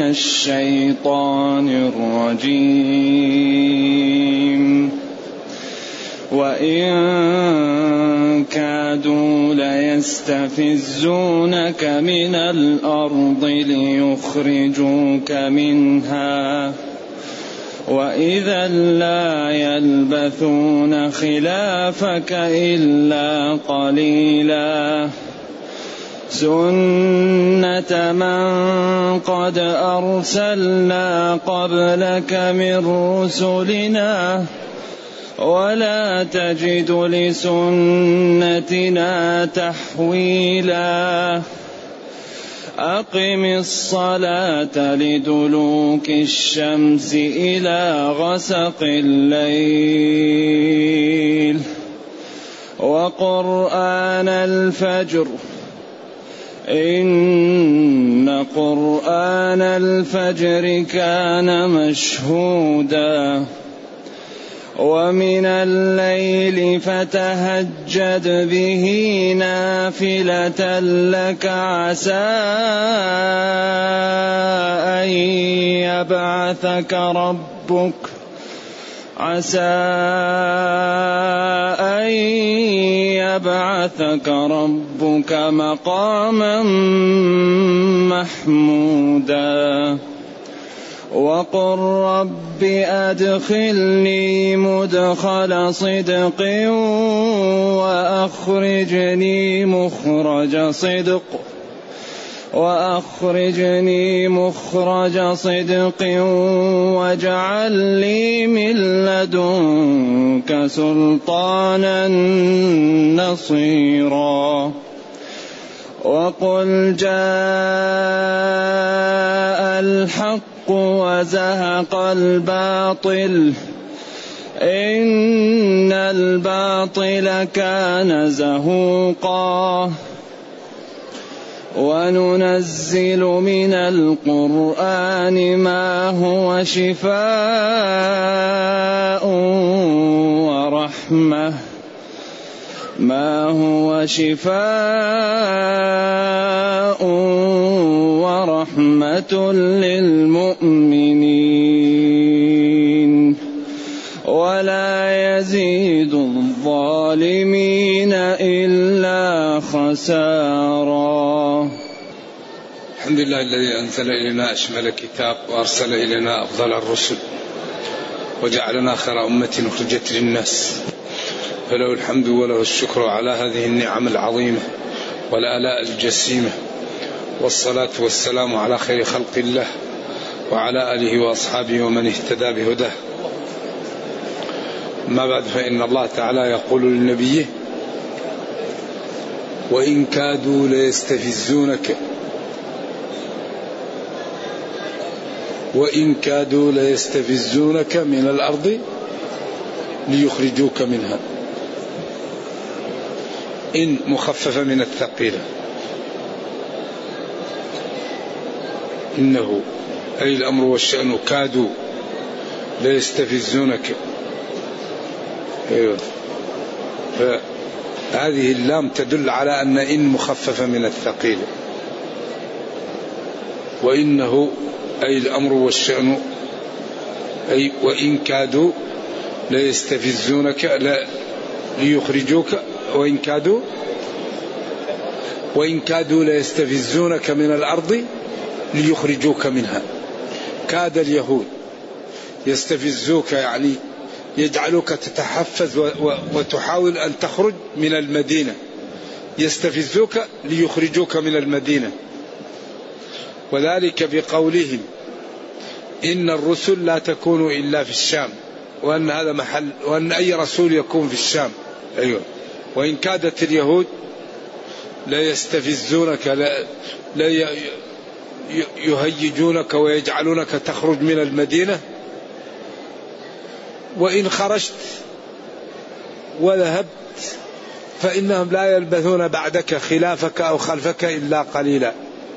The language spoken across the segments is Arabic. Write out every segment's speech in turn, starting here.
الشيطان الرجيم. وإن كادوا ليستفزونك من الأرض ليخرجوك منها وإذا لا يلبثون خلافك إلا قليلا سنة من قد أرسلنا قبلك من رسلنا ولا تجد لسنتنا تحويلا أقم الصلاة لدلوك الشمس إلى غسق الليل وقرآن الفجر إن قرآن الفجر كان مشهودا ومن الليل فتهجد به نافلة لك عسى أن يبعثك ربك مقاما محمودا وقل رب أدخلني مدخل صدق وأخرجني مخرج صدق واجعل لي من لدنك سلطانا نصيرا وقل جاء الحق وزهق الباطل إن الباطل كان زهوقا وننزل من القرآن ما هو شفاء ورحمة للمؤمنين ولا يزيد الظالمين إلا خسارا. الحمد لله الذي أنزل إلينا أشمل كتاب وأرسل إلينا أفضل الرسل وجعلنا خير أمة أخرجت للناس فله الحمد وله الشكر على هذه النعم العظيمة والآلاء الجسيمة والصلاة والسلام على خير خلق الله وعلى آله وأصحابه ومن اهتدى بهداه. ما بعد فإن الله تعالى يقول للنبي وإن كادوا ليستفزونك من الأرض ليخرجوك منها. إن مخففة من الثقيلة إنه أي الأمر والشأن كادوا ليستفزونك. فهذه اللام تدل على أن إن مخففة من الثقيلة وإنه أي الأمر والشأن أي وإن كادوا ليستفزونك ليخرجوك وإن كادوا ليستفزونك من الأرض ليخرجوك منها. كاد اليهود يستفزوك يعني يجعلوك تتحفز وتحاول أن تخرج من المدينة، يستفزوك ليخرجوك من المدينة، وذلك بقولهم إن الرسل لا تكون إلا في الشام وأن هذا محل وأن أي رسول يكون في الشام. أيوة. وإن كادت اليهود لا يستفزونك لا يهيجونك ويجعلونك تخرج من المدينة، وإن خرجت وذهبت فإنهم لا يلبثون بعدك خلافك أو خلفك إلا قليلا.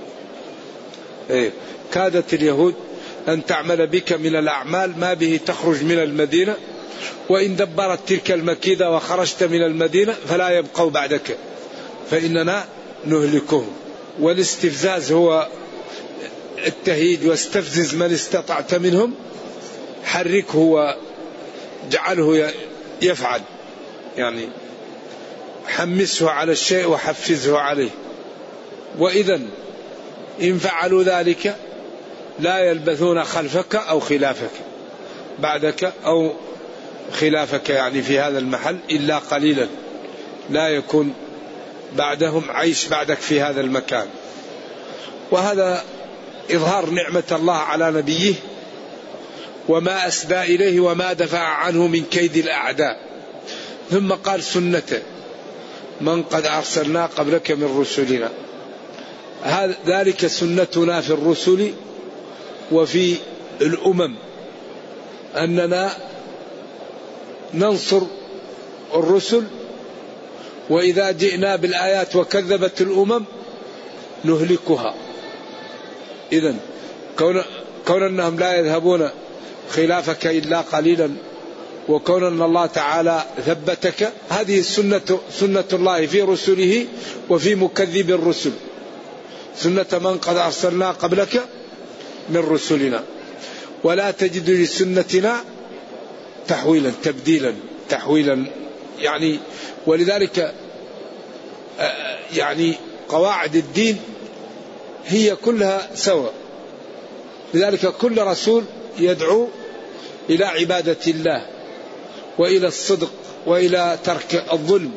كادت اليهود أن تعمل بك من الأعمال ما به تخرج من المدينة، وإن دبرت تلك المكيدة وخرجت من المدينة فلا يبقوا بعدك فإننا نهلكهم. والاستفزاز هو التهييج واستفزز من استطعت منهم، حركه وجعله يفعل، يعني حمسه على الشيء وحفزه عليه. وإذا إن فعلوا ذلك لا يلبثون خلفك أو خلافك بعدك أو خلافك، يعني في هذا المحل إلا قليلا، لا يكون بعدهم عيش بعدك في هذا المكان. وهذا إظهار نعمة الله على نبيه وما أسدى إليه وما دفع عنه من كيد الأعداء. ثم قال سنة من قد أرسلنا قبلك من رسلنا، ذلك سنتنا في الرسل وفي الأمم، أننا ننصر الرسل، وإذا جئنا بالآيات وكذبت الأمم نهلكها. إذن كون أنهم لا يذهبون خلافك إلا قليلا، وكون أن الله تعالى ثبتك، هذه سنة الله في رسله وفي مكذب الرسل، سنة من قد أرسلنا قبلك من رسلنا. ولا تجد لسنتنا تحويلا تبديلا تحويلا، يعني ولذلك يعني قواعد الدين هي كلها سواء. لذلك كل رسول يدعو إلى عبادة الله وإلى الصدق وإلى ترك الظلم،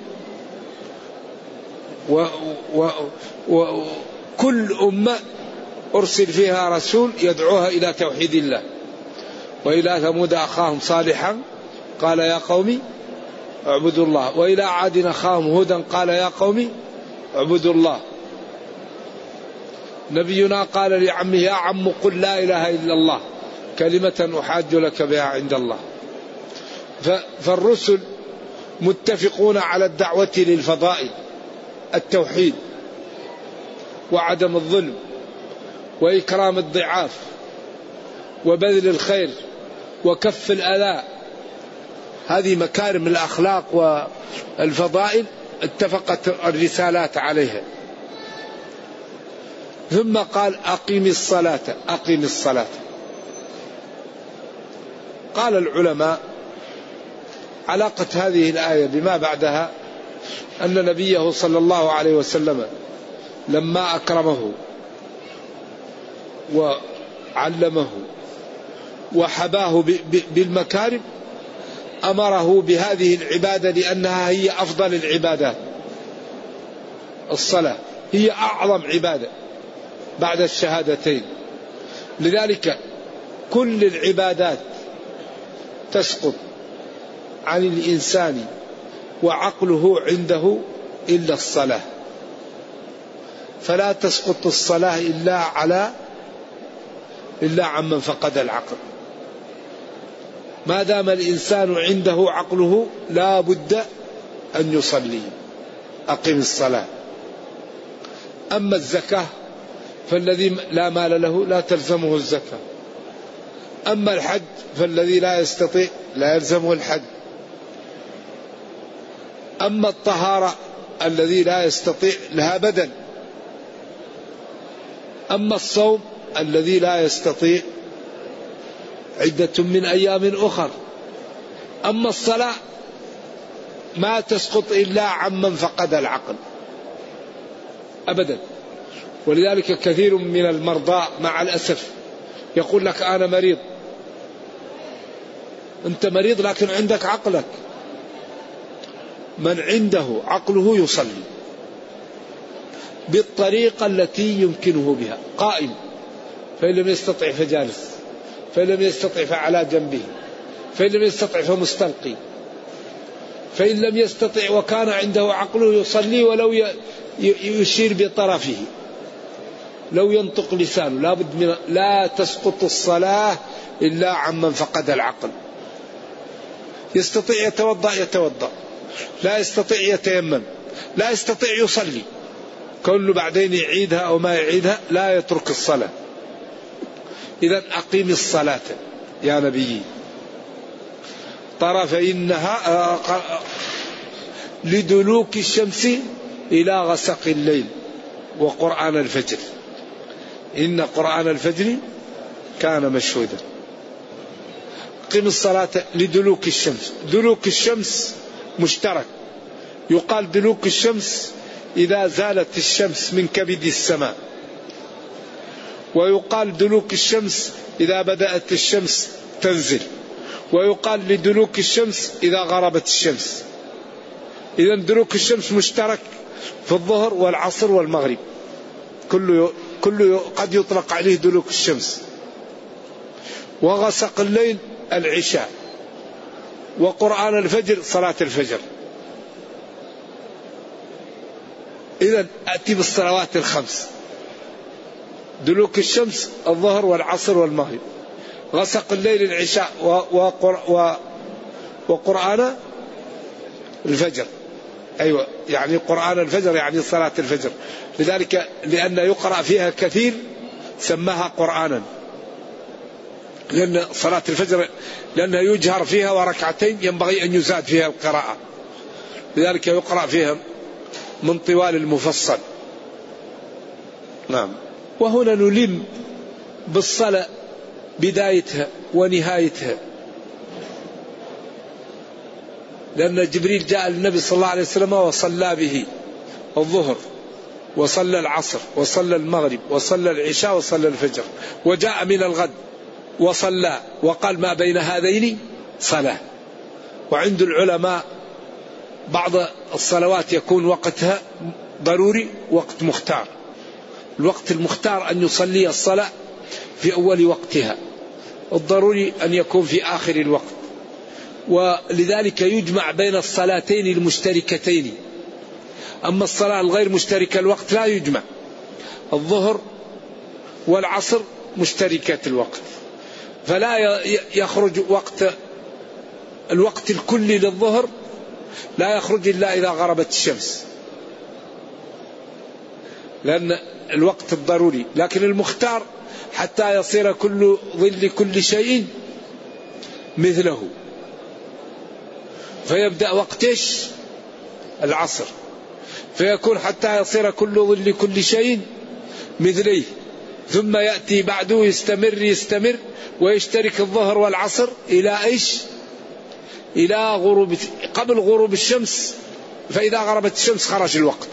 وكل أمة أرسل فيها رسول يدعوها إلى توحيد الله. وإلى ثمود أخاهم صالحا قال يا قوم اعبدوا الله، وإلى عاد أخاهم هودا قال يا قوم اعبدوا الله. نبينا قال لعمه يا عم قل لا إله إلا الله كلمة أحاج لك بها عند الله. فالرسل متفقون على الدعوة للفضائل، التوحيد وعدم الظلم وإكرام الضعاف وبذل الخير وكف الأذى، هذه مكارم الأخلاق والفضائل اتفقت الرسالات عليها. ثم قال أقم الصلاة أقم الصلاة. قال العلماء علاقة هذه الآية بما بعدها أن نبيه صلى الله عليه وسلم لما أكرمه وعلمه وحباه بالمكارم أمره بهذه العبادة لأنها هي أفضل العبادات. الصلاة هي أعظم عبادة بعد الشهادتين، لذلك كل العبادات تسقط عن الإنسان وعقله عنده إلا الصلاة، فلا تسقط الصلاة إلا عمن فقد العقل. ما دام الإنسان عنده عقله لا بد أن يصلي. أقم الصلاة. أما الزكاة فالذي لا مال له لا تلزمه الزكاة. أما الحج فالذي لا يستطيع لا يلزمه الحج. أما الطهارة الذي لا يستطيع لها بدل. أما الصوم الذي لا يستطيع عدة من أيام أخر. أما الصلاة ما تسقط إلا عمن فقد العقل أبدا. ولذلك كثير من المرضى مع الأسف يقول لك أنا مريض. أنت مريض لكن عندك عقلك. من عنده عقله يصلي بالطريقة التي يمكنه بها، قائم، فإن لم يستطع فجالس، فإن لم يستطع فعلى جنبه، فإن لم يستطع فمستلقي، فإن لم يستطع وكان عنده عقله يصلي ولو يشير بطرفه، لو ينطق لسانه. لابد من لا تسقط الصلاة إلا عمن فقد العقل. يستطيع يتوضأ، لا يستطيع يتيمم، لا يستطيع يصلي، كونه بعدين يعيدها أو ما يعيدها لا يترك الصلاة. إذن أقيم الصلاة يا نبي طرفي النهار لدلوك الشمس إلى غسق الليل وقرآن الفجر. إن قرآن الفجر كان مشهودا. قم الصلاة لدلوك الشمس. دلوك الشمس مشترك، يقال دلوك الشمس إذا زالت الشمس من كبد السماء، ويقال دلوك الشمس إذا بدأت الشمس تنزل، ويقال لدلوك الشمس إذا غربت الشمس. إذا دلوك الشمس مشترك في الظهر والعصر والمغرب، كله قد يطلق عليه دلوك الشمس. وغسق الليل العشاء، وقرآن الفجر صلاة الفجر. إذا أتي بالصلوات الخمس: دلوك الشمس الظهر والعصر والمغرب، غسق الليل العشاء، وقرآن الفجر. أيوة، يعني قرآن الفجر يعني صلاة الفجر، لذلك لأن يقرأ فيها كثير سماها قرآنا، لأن صلاة الفجر لأنها يجهر فيها وركعتين ينبغي أن يزاد فيها القراءة، لذلك يقرأ فيها من طوال المفصل. نعم. وهنا نلم بالصلاة بدايتها ونهايتها، لأن جبريل جاء للنبي صلى الله عليه وسلم وصلى به الظهر، وصلى العصر، وصلى المغرب، وصلى العشاء، وصلى الفجر، وجاء من الغد وصلى، وقال ما بين هذين صلاة. وعند العلماء بعض الصلوات يكون وقتها ضروري، وقت مختار. الوقت المختار أن يصلي الصلاة في أول وقتها، الضروري أن يكون في آخر الوقت. ولذلك يجمع بين الصلاتين المشتركتين. أما الصلاة الغير مشتركة الوقت لا يجمع. الظهر والعصر مشتركة الوقت، فلا يخرج الوقت الكلي للظهر لا يخرج إلا إذا غربت الشمس، لأن الوقت الضروري. لكن المختار حتى يصير كل ظل كل شيء مثله، فيبدأ وقتش العصر، فيكون حتى يصير كل ظل كل شيء مثليه، ثم يأتي بعده يستمر ويشترك الظهر والعصر إلى إيش؟ إلى غروب، قبل غروب الشمس، فإذا غربت الشمس خرج الوقت.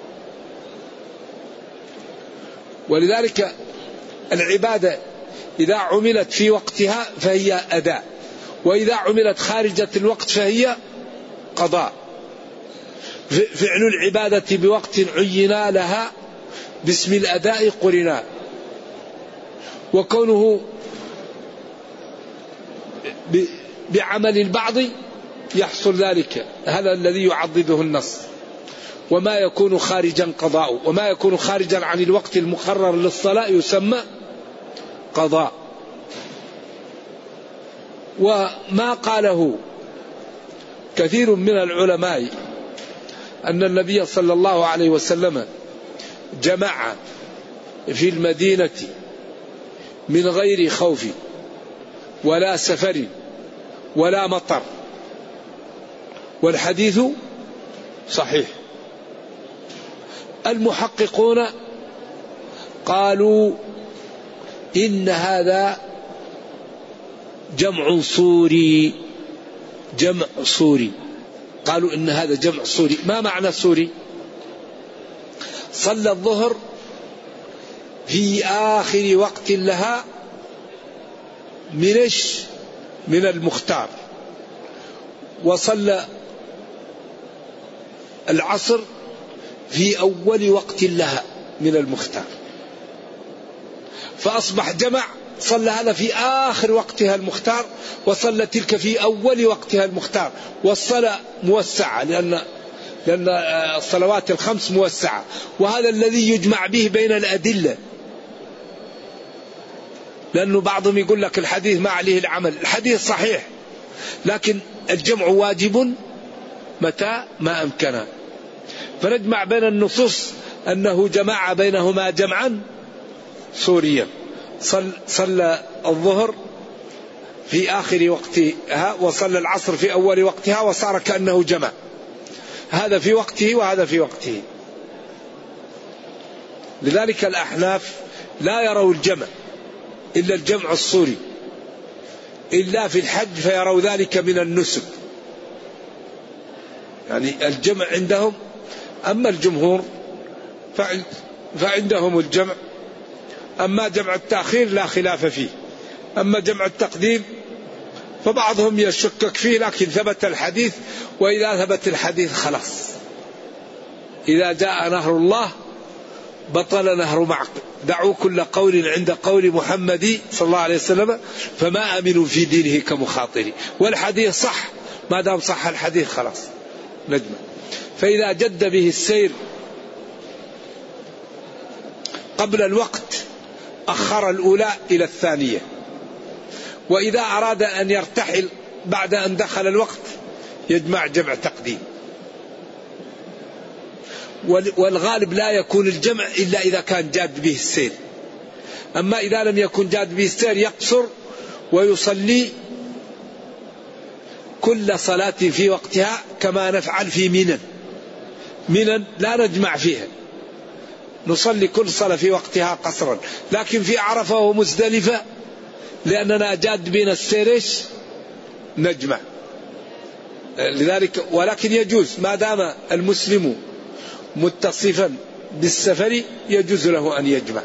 ولذلك العبادة إذا عملت في وقتها فهي أداء، وإذا عملت خارجة الوقت فهي قضاء. فعل العبادة بوقت عينا لها باسم الأداء قرنا، وكونه بعمل البعض يحصل ذلك، هذا الذي يعضده النص. وما يكون خارجا قضاء، وما يكون خارجا عن الوقت المقرر للصلاة يسمى قضاء. وما قاله كثير من العلماء أن النبي صلى الله عليه وسلم جمع في المدينة من غير خوف ولا سفر ولا مطر، والحديث صحيح. المحققون قالوا إن هذا جمع صوري، جمع صوري. قالوا إن هذا جمع صوري. ما معنى صوري؟ صلى الظهر في آخر وقت لها من المختار، وصلى العصر في أول وقت لها من المختار، فأصبح جمع. صلى هذا في آخر وقتها المختار، وصلى تلك في أول وقتها المختار. والصلاة موسعة لأن الصلوات الخمس موسعة، وهذا الذي يجمع به بين الأدلة. لأنه بعضهم يقول لك الحديث ما عليه العمل. الحديث صحيح، لكن الجمع واجب متى ما أمكن. فنجمع بين النصوص أنه جمع بينهما جمعا صوريا. صلى الظهر في آخر وقتها، وصلى العصر في أول وقتها، وصار كأنه جمع، هذا في وقته وهذا في وقته. لذلك الأحناف لا يروا الجمع إلا الجمع الصوري، إلا في الحج فيروا ذلك من النسك، يعني الجمع عندهم. أما الجمهور فعندهم الجمع. أما جمع التأخير لا خلاف فيه. أما جمع التقديم فبعضهم يشكك فيه، لكن ثبت الحديث، وإذا ثبت الحديث خلاص. إذا جاء نهر الله بطل نهر معقل، دعوا كل قول عند قول محمد صلى الله عليه وسلم، فما أمنوا في دينه كمخاطري. والحديث صح، ما دام صح الحديث خلاص نجمع. فإذا جد به السير قبل الوقت أخر الأولى إلى الثانية، وإذا أراد أن يرتحل بعد أن دخل الوقت يجمع جمع تقديم. والغالب لا يكون الجمع إلا إذا كان جاد به السير. أما إذا لم يكن جاد به السير يقصر ويصلي كل صلاة في وقتها، كما نفعل في منى لا نجمع فيها، نصلي كل صلاة في وقتها قصرا. لكن في عرفة ومزدلفة لأننا جاد بين السيرش نجمع. لذلك ولكن يجوز ما دام المسلم متصفا بالسفر يجوز له أن يجمع.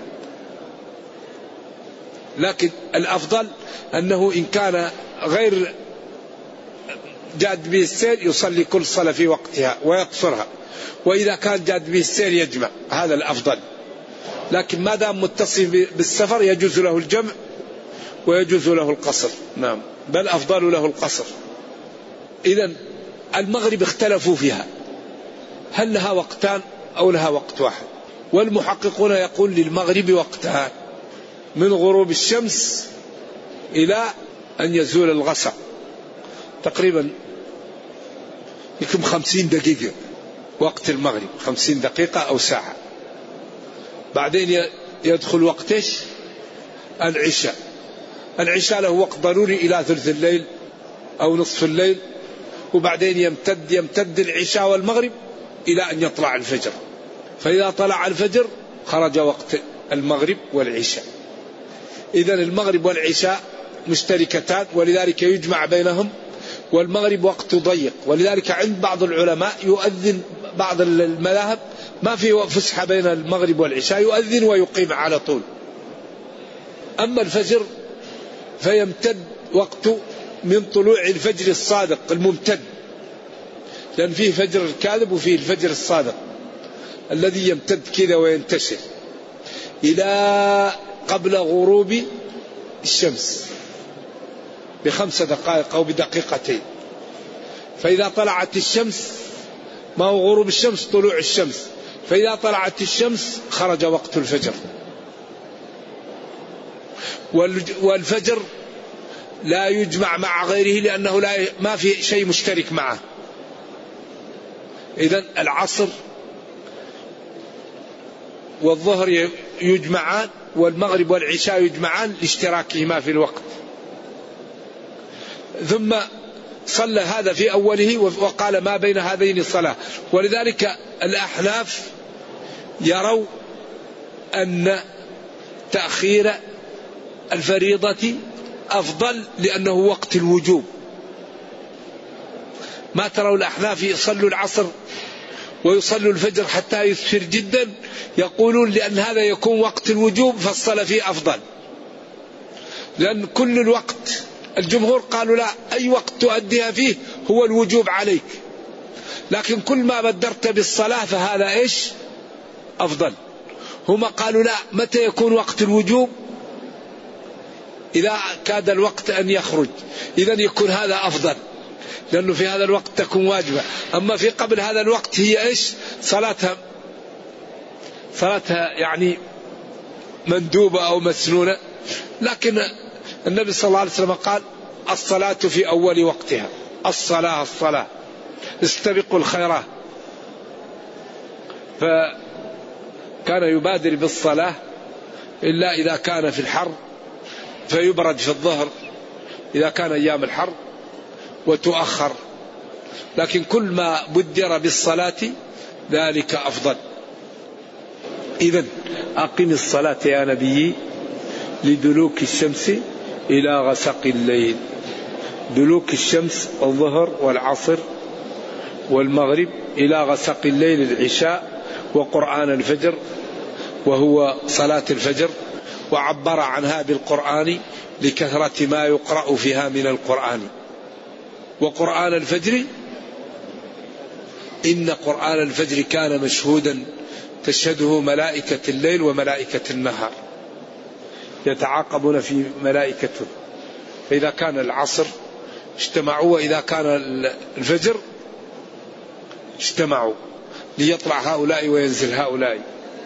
لكن الأفضل أنه إن كان غير جاد به السير يصلي كل صلاة في وقتها ويقصرها، وإذا كان جاد به السير يجمع، هذا الأفضل. لكن ما دام متصف بالسفر يجوز له الجمع ويجوز له القصر. نعم، بل أفضل له القصر. إذن المغرب اختلفوا فيها، هل لها وقتان أو لها وقت واحد؟ والمحققون يقول للمغرب وقتان، من غروب الشمس إلى أن يزول الغسق، تقريبا يكون 50 دقيقة وقت المغرب، 50 دقيقة أو ساعة. بعدين يدخل وقتش العشاء. العشاء له وقت ضروري إلى ثلث الليل أو نصف الليل، وبعدين يمتد العشاء والمغرب إلى أن يطلع الفجر. فإذا طلع الفجر خرج وقت المغرب والعشاء. إذن المغرب والعشاء مشتركتان، ولذلك يجمع بينهم. والمغرب وقت ضيق، ولذلك عند بعض العلماء يؤذن، بعض المذاهب ما في فسحة بين المغرب والعشاء، يؤذن ويقيم على طول. أما الفجر فيمتد وقته من طلوع الفجر الصادق الممتد، لأن فيه فجر الكاذب وفيه الفجر الصادق الذي يمتد كذا وينتشر إلى قبل غروب الشمس ب5 دقائق أو بدقيقتين. فإذا طلعت الشمس، ما هو غروب الشمس طلوع الشمس، فإذا طلعت الشمس خرج وقت الفجر. والفجر لا يجمع مع غيره لأنه ما في شيء مشترك معه. إذن العصر والظهر يجمعان، والمغرب والعشاء يجمعان لاشتراكهما في الوقت. ثم صلى هذا في أوله وقال ما بين هذين صلاة. ولذلك الأحناف يروا أن تأخير الفريضة أفضل لأنه وقت الوجوب. ما تروا الأحناف يصلوا العصر ويصلوا الفجر حتى يسفر جدا، يقولون لأن هذا يكون وقت الوجوب فالصلاة فيه أفضل، لأن كل الوقت. الجمهور قالوا لا، أي وقت تؤديها فيه هو الوجوب عليك، لكن كل ما بدرت بالصلاة فهذا إيش أفضل. هم قالوا لا، متى يكون وقت الوجوب؟ إذا كاد الوقت أن يخرج، إذن يكون هذا أفضل، لأنه في هذا الوقت تكون واجبة. أما في قبل هذا الوقت هي إيش صلاتها يعني مندوبة أو مسنونة. لكن النبي صلى الله عليه وسلم قال الصلاة في أول وقتها، الصلاة استبقوا الخيرات. فكان يبادر بالصلاة إلا إذا كان في الحر، فيبرد في الظهر إذا كان أيام الحر وتؤخر، لكن كل ما بدر بالصلاة ذلك أفضل. إذن أقم الصلاة يا نبي لدلوك الشمس إلى غسق الليل. دلوك الشمس الظهر والعصر والمغرب، إلى غسق الليل العشاء، وقرآن الفجر وهو صلاة الفجر، وعبر عنها بالقرآن لكثرة ما يقرأ فيها من القرآن. وقرآن الفجر إن قرآن الفجر كان مشهودا تشهده ملائكة الليل وملائكة النهار، يتعاقبون في ملائكته، فإذا كان العصر اجتمعوا وإذا كان الفجر اجتمعوا ليطلع هؤلاء وينزل هؤلاء.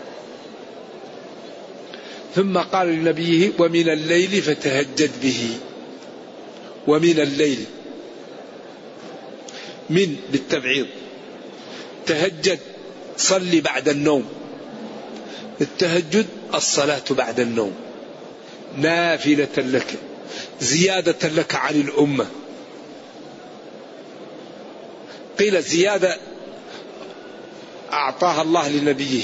ثم قال لنبيه ومن الليل فتهجد به. ومن الليل من بالتبعيض، تهجد صلي بعد النوم. التهجد الصلاة بعد النوم نافلة لك زيادة لك عن الأمة. قيل زيادة أعطاها الله لنبيه،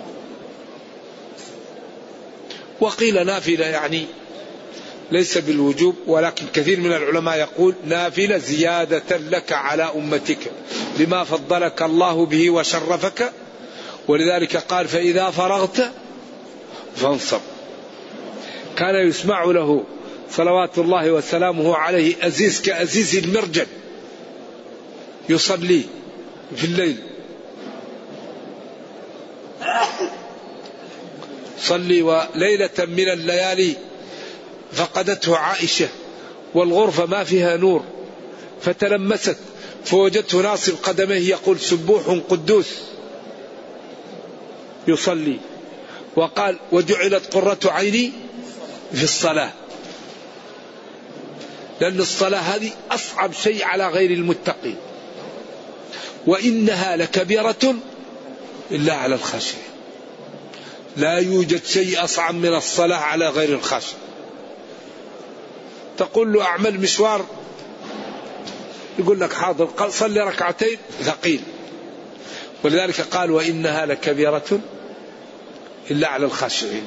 وقيل نافلة يعني ليس بالوجوب، ولكن كثير من العلماء يقول نافلة زيادة لك على أمتك لما فضلك الله به وشرفك، ولذلك قال فإذا فرغت فانصب. كان يسمع له صلوات الله وسلامه عليه أزيز كأزيز المرجل يصلي في الليل. صلي وليلة من الليالي فقدته عائشة والغرفة ما فيها نور، فتلمست فوجدته ناصب قدميه يقول سبوح قدوس يصلي، وقال وجعلت قرة عيني في الصلاة، لأن الصلاة هذه أصعب شيء على غير المتقين، وإنها لكبيرة إلا على الخاشعين. لا يوجد شيء أصعب من الصلاة على غير الخاشع. تقول له أعمل مشوار يقول لك حاضر، قال صلي ركعتين ثقيل. ولذلك قال وإنها لكبيرة إلا على الخاشعين.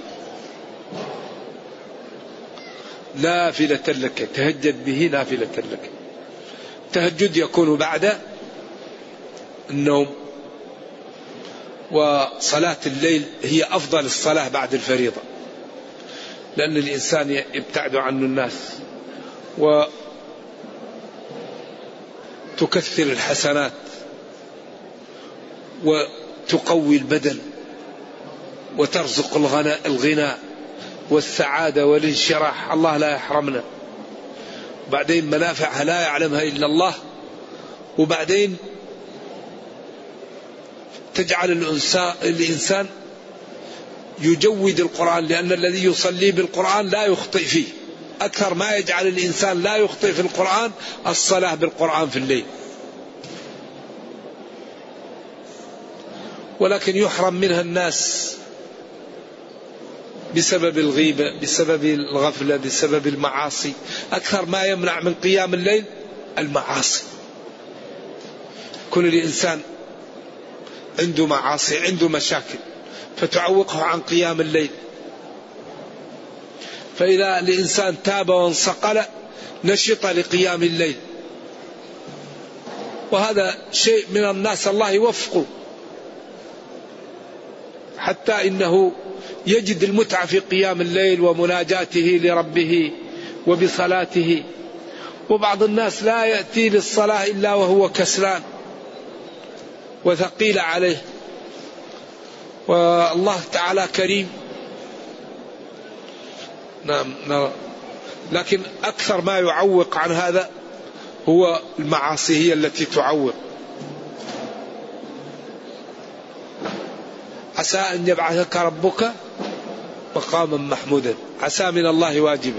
نافلة لك تهجد به نافلة لك. التهجد يكون بعد النوم، وصلاة الليل هي أفضل الصلاة بعد الفريضة، لأن الإنسان يبتعد عنه الناس وتكثر الحسنات وتقوي البدن وترزق الغنى والسعادة والانشراح. الله لا يحرمنا. بعدين منافعها لا يعلمها إلا الله. وبعدين تجعل الإنسان يجود القرآن، لأن الذي يصلي بالقرآن لا يخطئ فيه. أكثر ما يجعل الإنسان لا يخطئ في القرآن الصلاة بالقرآن في الليل، ولكن يحرم منها الناس بسبب الغيبة، بسبب الغفلة، بسبب المعاصي. أكثر ما يمنع من قيام الليل المعاصي. كل الإنسان عنده معاصي، عنده مشاكل، فتعوقه عن قيام الليل. فإذا الإنسان تاب وانصقل نشط لقيام الليل. وهذا شيء من الناس الله يوفقه، حتى إنه يجد المتعة في قيام الليل ومناجاته لربه وبصلاته. وبعض الناس لا يأتي للصلاة إلا وهو كسلان وثقيل عليه، والله تعالى كريم. نعم. لكن أكثر ما يعوق عن هذا هو المعاصي، هي التي تعوق. عسى أن يبعثك ربك مقاما محمودا. عسى من الله واجبة.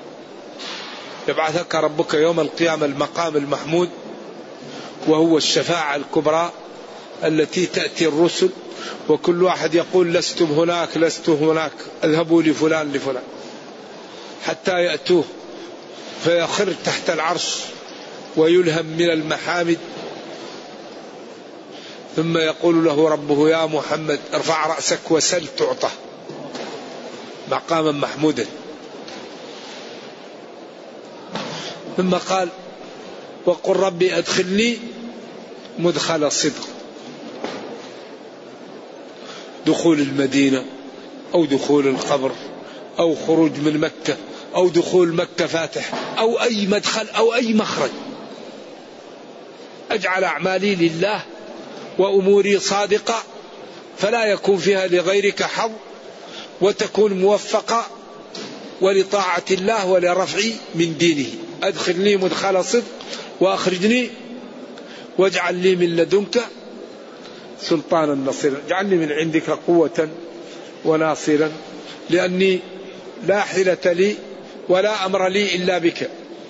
يبعثك ربك يوم القيامة المقام المحمود، وهو الشفاعة الكبرى التي تأتي الرسل وكل واحد يقول لست هناك لست هناك، اذهبوا لفلان لفلان، حتى يأتوه فيخر تحت العرش ويلهم من المحامد، ثم يقول له ربه يا محمد ارفع رأسك وسل تعطى مقاما محمودا. ثم قال وقل ربي أدخلني مدخل صدق. دخول المدينة أو دخول القبر أو خروج من مكة أو دخول مكة فاتح أو أي مدخل أو أي مخرج، أجعل أعمالي لله وأموري صادقة فلا يكون فيها لغيرك حظ، وتكون موفقة ولطاعة الله ولرفع من دينه. أدخلني مدخل صدق وأخرجني واجعل لي من لدنك سلطانا نصيرا. اجعلني من عندك قوة وناصرا لأني لا حيلة لي ولا أمر لي إلا بك.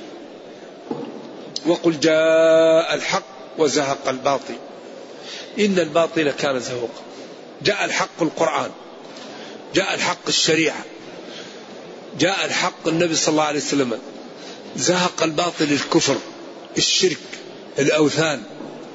وقل جاء الحق وزهق الباطل إن الباطل كان زهوقا. جاء الحق القرآن، جاء الحق الشريعة، جاء الحق النبي صلى الله عليه وسلم، زهق الباطل الكفر الشرك الأوثان.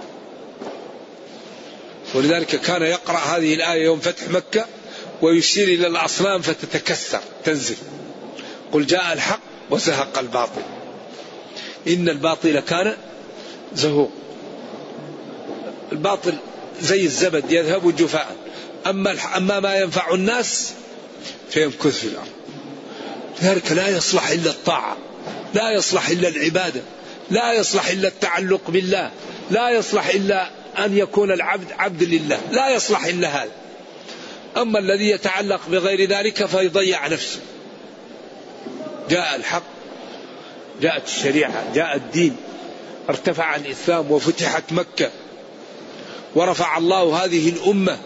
ولذلك كان يقرأ هذه الآية يوم فتح مكة ويشير إلى الأصنام فتتكسر تنزل. قل جاء الحق وزهق الباطل إن الباطل كان زهوق. الباطل زي الزبد يذهب جفاء، أما ما ينفع الناس فيمكث في الأرض. لذلك لا يصلح إلا الطاعة، لا يصلح إلا العبادة، لا يصلح إلا التعلق بالله، لا يصلح إلا أن يكون العبد عبد لله، لا يصلح إلا هذا. أما الذي يتعلق بغير ذلك فيضيع نفسه. جاء الحق، جاءت الشريعة، جاء الدين، ارتفع الإسلام وفتحت مكة ورفع الله هذه الأمة.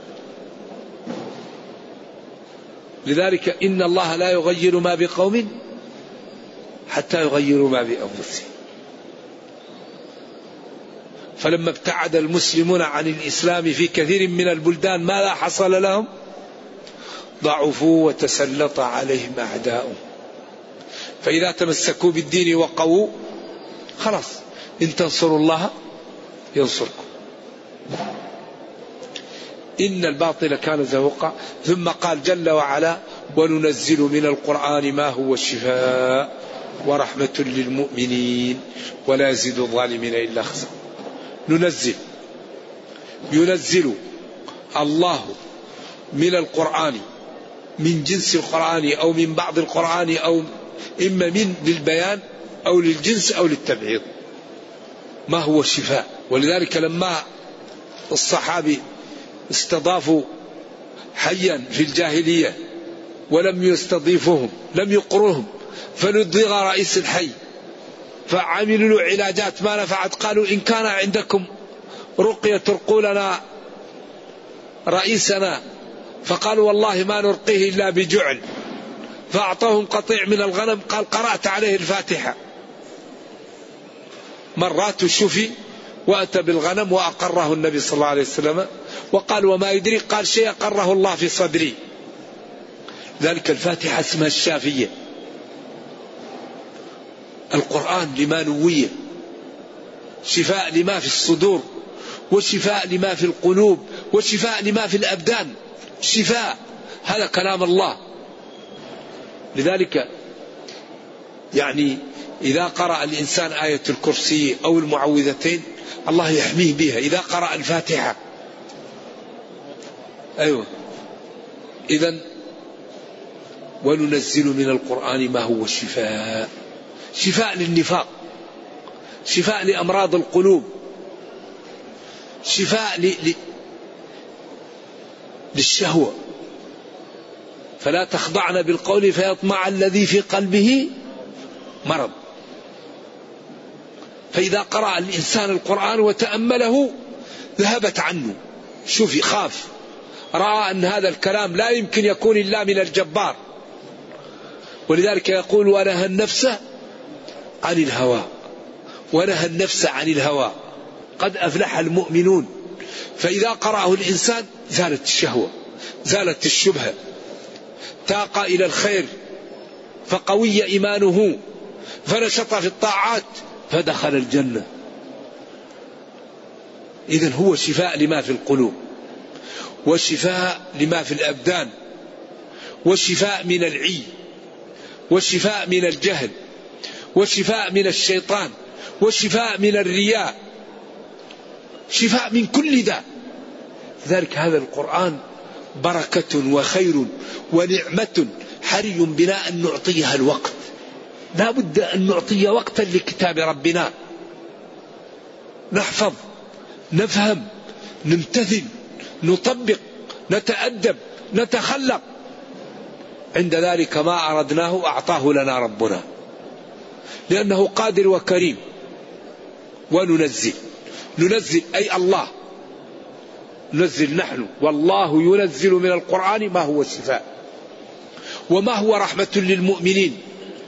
لذلك إن الله لا يغير ما بقوم حتى يغيروا ما بأنفسهم. فلما ابتعد المسلمون عن الإسلام في كثير من البلدان ماذا حصل لهم؟ ضعفوا وتسلط عليهم أعداؤهم. فإذا تمسكوا بالدين وقووا خلاص، إن تنصروا الله ينصركم. إن الباطل كان زهوقا. ثم قال جل وعلا وننزل من القرآن ما هو شفاء ورحمة للمؤمنين ولا يزيد الظالمين إلا خسرا. ينزل الله من القرآن من جنس القرآن أو من بعض القرآن أو إما من للبيان أو للجنس أو للتبعيض ما هو شفاء. ولذلك لما الصحابي استضافوا حيا في الجاهلية ولم يستضيفوهم لم يقروهم فلدغ رئيس الحي فعملوا له علاجات ما نفعت، قالوا إن كان عندكم رقية ترقوا لنا رئيسنا، فقالوا والله ما نرقيه إلا بجعل، فأعطاهم قطيع من الغنم قال قرأت عليه الفاتحة مرات شفي وأتى بالغنم وأقره النبي صلى الله عليه وسلم. وقال وما يدري، قال شيء أقره الله في صدري. ذلك الفاتحة اسمها الشافية. القرآن لما نوية، شفاء لما في الصدور وشفاء لما في القلوب وشفاء لما في الأبدان. شفاء هذا كلام الله. لذلك يعني إذا قرأ الإنسان آية الكرسي أو المعوذتين الله يحميه بها. إذا قرأ الفاتحة أيوة. إذن وننزل من القرآن ما هو شفاء، شفاء للنفاق، شفاء لأمراض القلوب، شفاء للشهوة. فلا تخضعن بالقول فيطمع الذي في قلبه مرض. فإذا قرأ الإنسان القرآن وتأمله ذهبت عنه. شوفي خاف، رأى أن هذا الكلام لا يمكن يكون إلا من الجبار. ولذلك يقول ونهى النفس عن الهوى، ونهى النفس عن الهوى قد أفلح المؤمنون. فإذا قرأه الإنسان زالت الشهوة، زالت الشبهة، تاق إلى الخير، فقوي إيمانه، فنشط في الطاعات، فدخل الجنة. إذن هو شفاء لما في القلوب، وشفاء لما في الأبدان، والشفاء من العي، والشفاء من الجهل، والشفاء من الشيطان، والشفاء من الرياء، شفاء من كل داء. لذلك هذا القرآن بركة وخير ونعمة حري بنا أن نعطيها الوقت. لا بد أن نعطي وقتا لكتاب ربنا، نحفظ، نفهم، نمتثل، نطبق، نتأدب، نتخلق. عند ذلك ما أردناه أعطاه لنا ربنا، لأنه قادر وكريم. وننزل أي الله ننزل نحن، والله ينزل من القرآن ما هو شفاء وما هو رحمة للمؤمنين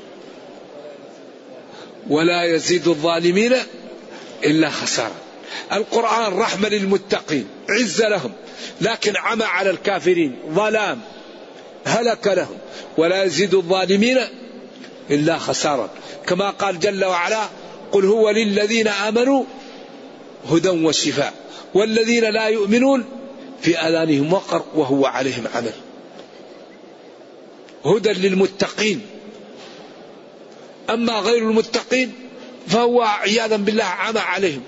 ولا يزيد الظالمين إلا خسارة. القرآن رحمة للمتقين، عز لهم، لكن عمى على الكافرين، ظلام، هلك لهم، ولا يزيد الظالمين إلا خسارة. كما قال جل وعلا: قل هو للذين آمنوا هدى وشفاء، والذين لا يؤمنون في آذانهم وقر وهو عليهم عمل. هدى للمتقين، أما غير المتقين فهو عياذا بالله عمى عليهم.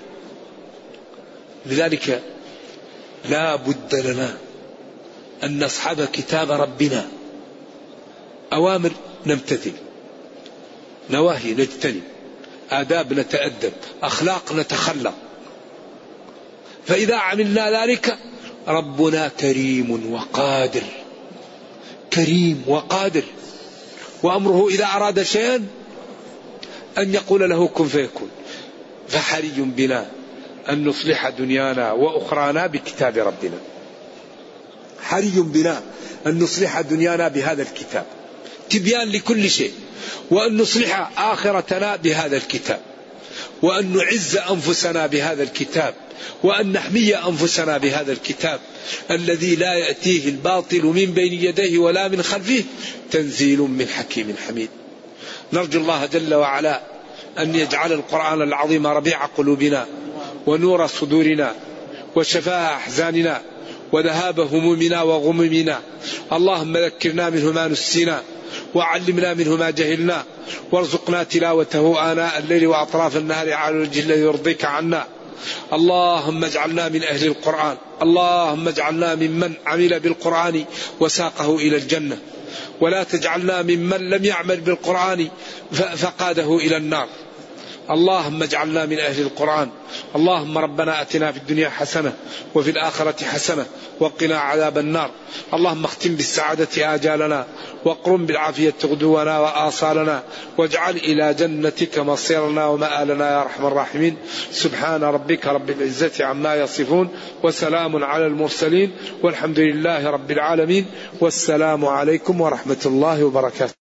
لذلك لا بد لنا أن نصحب كتاب ربنا، أوامر نمتثل، نواهي نجتنب، آداب نتأدب، أخلاق نتخلق. فإذا عملنا ذلك ربنا كريم وقادر، كريم وقادر، وأمره إذا أراد شيئا أن يقول له كن فيكون. فحري بنا أن نصلح دنيانا وأخرانا بكتاب ربنا، حري بنا أن نصلح دنيانا بهذا الكتاب تبيان لكل شيء، وأن نصلح آخرتنا بهذا الكتاب، وأن نعز أنفسنا بهذا الكتاب، وأن نحمي أنفسنا بهذا الكتاب الذي لا يأتيه الباطل من بين يديه ولا من خلفه، تنزيل من حكيم حميد. نرجو الله جل وعلا أن يجعل القرآن العظيم ربيع قلوبنا ونور صدورنا وشفاء أحزاننا وذهاب همومنا وغمومنا. اللهم ذكرنا منه ما نسينا، وعلمنا منه ما جهلنا، وارزقنا تلاوته آناء الليل وأطراف النهار على الوجه الذي يرضيك عنا. اللهم اجعلنا من أهل القرآن، اللهم اجعلنا ممن عمل بالقرآن وساقه إلى الجنة، ولا تجعلنا ممن لم يعمل بالقرآن فقاده إلى النار. اللهم اجعلنا من أهل القرآن. اللهم ربنا أتنا في الدنيا حسنة وفي الآخرة حسنة وقنا عذاب النار. اللهم اختم بالسعادة آجالنا، واقرم بالعافية غدونا وآصالنا، واجعل إلى جنتك مصيرنا ومآلنا يا أرحم الراحمين. سبحان ربك رب العزة عما يصفون، وسلام على المرسلين، والحمد لله رب العالمين، والسلام عليكم ورحمة الله وبركاته.